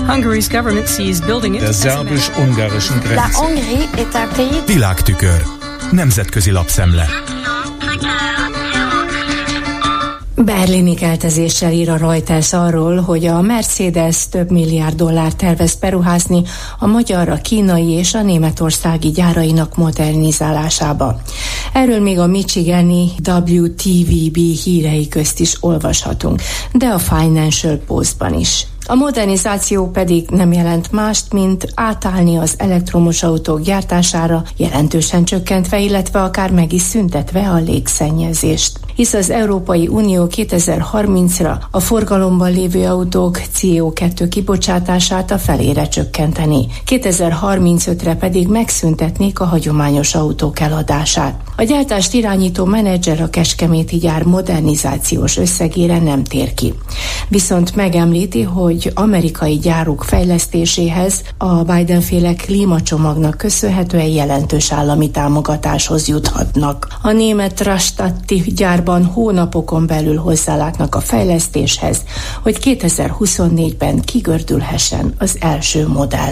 Der szerbus-ungarischen Grenze. Világtükör. Nemzetközi lapszemle. Berlini keltezéssel ír a Reuters arról, hogy a Mercedes több milliárd dollárt tervez beruházni a magyar, a kínai és a németországi gyárainak modernizálásába. Erről még a michigani WTVB hírei közt is olvashatunk, de a Financial Postban is. A modernizáció pedig nem jelent mást, mint átállni az elektromos autók gyártására, jelentősen csökkentve, illetve akár meg is szüntetve a légszennyezést. Hisz az Európai Unió 2030-ra a forgalomban lévő autók CO2 kibocsátását a felére csökkenteni, 2035-re pedig megszüntetnék a hagyományos autók eladását. A gyártást irányító menedzser a kecskeméti gyár modernizációs összegére nem tér ki. Viszont megemlíti, hogy amerikai gyáruk fejlesztéséhez a Biden-féle klímacsomagnak köszönhetően jelentős állami támogatáshoz juthatnak. A német Rastatti gyárban hónapokon belül hozzálátnak a fejlesztéshez, hogy 2024-ben kigördülhessen az első modell.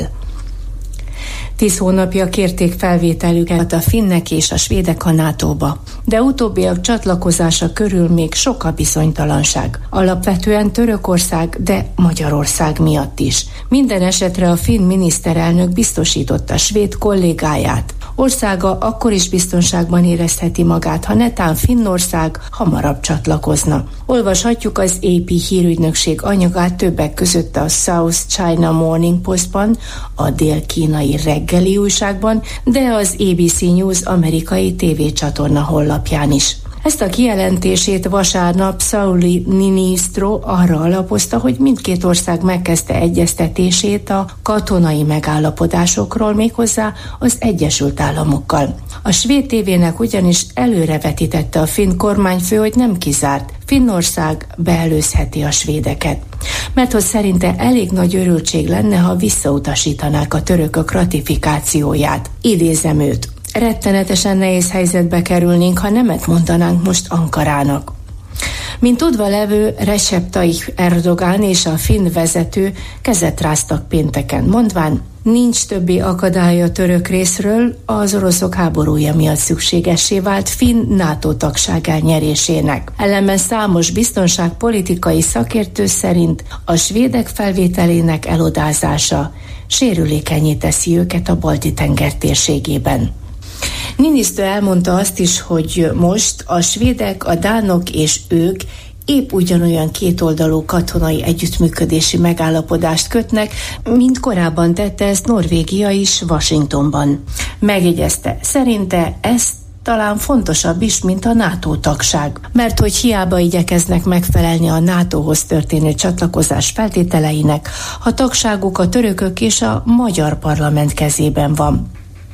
10 hónapja kérték felvételüket a finnek és a svédek a NATO-ba, de utóbbiak csatlakozása körül még sok a bizonytalanság. Alapvetően Törökország, de Magyarország miatt is. Minden esetre a finn miniszterelnök biztosította svéd kollégáját. Országa akkor is biztonságban érezheti magát, ha netán Finnország hamarabb csatlakozna. Olvashatjuk az AP hírügynökség anyagát többek között a South China Morning Postban, a dél-kínai reggeli újságban, de az ABC News amerikai tévécsatorna honlapján is. Ezt a kijelentését vasárnap Sauli Niinistö arra alapozta, hogy mindkét ország megkezdte egyeztetését a katonai megállapodásokról, méghozzá az Egyesült Államokkal. A svéd tévének ugyanis előrevetítette a finn kormányfő, hogy nem kizárt, Finnország beelőzheti a svédeket. Mert hogy szerinte elég nagy örültség lenne, ha visszautasítanák a törökök ratifikációját. Idézem őt. Rettenetesen nehéz helyzetbe kerülnénk, ha nemet mondanánk most Ankarának. Mint tudva levő, Recep Tayyip Erdogan és a finn vezető kezet ráztak pénteken, mondván, nincs többi akadály a török részről az oroszok háborúja miatt szükségessé vált finn NATO tagság elnyerésének. Ellenben számos biztonságpolitikai szakértő szerint a svédek felvételének elodázása sérülékenyé teszi őket a Balti-tenger térségében. Niinistö elmondta azt is, hogy most a svédek, a dánok és ők épp ugyanolyan kétoldalú katonai együttműködési megállapodást kötnek, mint korábban tette ezt Norvégia is Washingtonban. Megjegyezte, szerinte ez talán fontosabb is, mint a NATO tagság, mert hogy hiába igyekeznek megfelelni a NATO-hoz történő csatlakozás feltételeinek, ha tagságuk a törökök és a magyar parlament kezében van.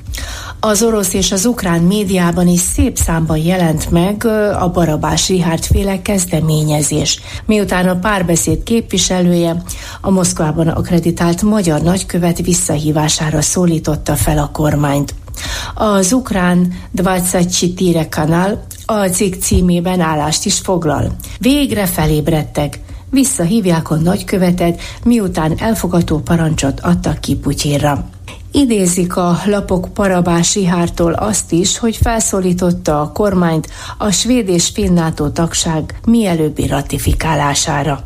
Az orosz és az ukrán médiában is szép számban jelent meg a Barabás Richárd féle kezdeményezés, miután a Párbeszéd képviselője a Moszkvában akkreditált magyar nagykövet visszahívására szólította fel a kormányt. Az ukrán 24 kanál a cikk címében állást is foglal. Végre felébredtek, visszahívják a nagykövetet, miután elfogadó parancsot adtak ki Putyinra. Idézik a lapok Barabás Richárdtól azt is, hogy felszólította a kormányt a svéd és finn NATO tagság mielőbbi ratifikálására.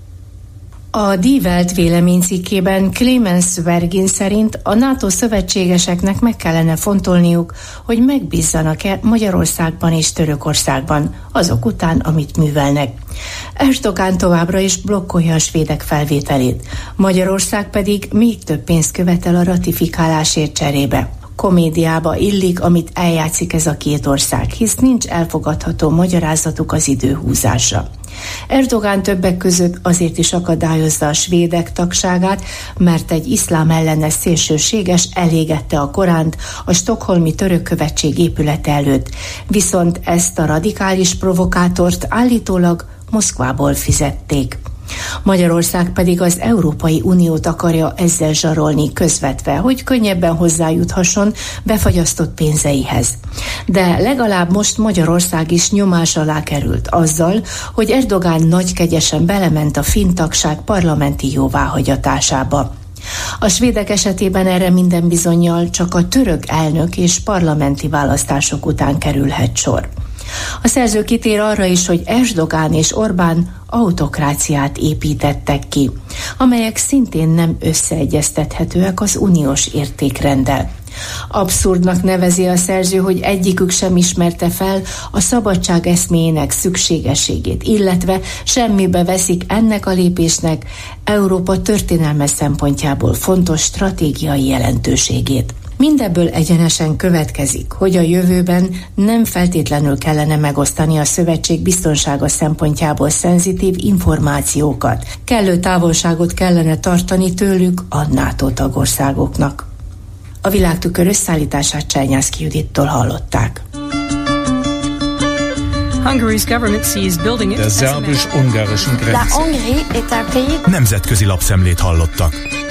A Die Welt véleménycikkében Clemens Vergin szerint a NATO szövetségeseknek meg kellene fontolniuk, hogy megbízzanak-e Magyarországban és Törökországban, azok után, amit művelnek. Erdogan továbbra is blokkolja a svédek felvételét, Magyarország pedig még több pénzt követel a ratifikálásért cserébe. Komédiába illik, amit eljátszik ez a két ország, hisz nincs elfogadható magyarázatuk az időhúzásra. Erdogan többek között azért is akadályozza a svédek tagságát, mert egy iszlám ellenes szélsőséges elégette a Koránt a stockholmi török követség épülete előtt, viszont ezt a radikális provokátort állítólag Moszkvából fizették. Magyarország pedig az Európai Uniót akarja ezzel zsarolni közvetve, hogy könnyebben hozzájuthasson befagyasztott pénzeihez. De legalább most Magyarország is nyomás alá került azzal, hogy Erdogan nagykegyesen belement a finn tagság parlamenti jóváhagyatásába. A svédek esetében erre minden bizonnyal csak a török elnök és parlamenti választások után kerülhet sor. A szerző kitér arra is, hogy Erdogan és Orbán autokráciát építettek ki, amelyek szintén nem összeegyeztethetőek az uniós értékrenddel. Abszurdnak nevezi a szerző, hogy egyikük sem ismerte fel a szabadság eszméjének szükségességét, illetve semmibe veszik ennek a lépésnek Európa történelme szempontjából fontos stratégiai jelentőségét. Mindebből egyenesen következik, hogy a jövőben nem feltétlenül kellene megosztani a szövetség biztonsága szempontjából szenzitív információkat. Kellő távolságot kellene tartani tőlük a NATO tagországoknak. A Világtükör összeállítását Csernyászky Judittól hallották. Der szerbus-ungarischen Grenze. Nemzetközi lapszemlét hallottak.